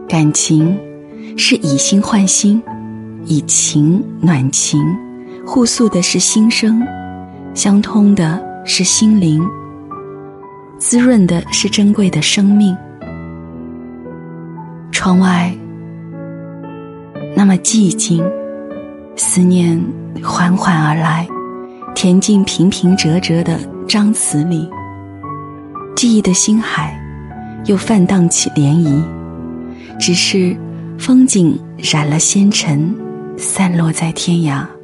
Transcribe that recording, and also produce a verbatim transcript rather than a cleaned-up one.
感情是以心换心，以情暖情，互诉的是心声，相通的是心灵，滋润的是珍贵的生命。窗外那么寂静，思念缓缓而来，填进平平仄仄的章词里，记忆的星海又泛荡起涟漪，只是风景染了纤尘，散落在天涯。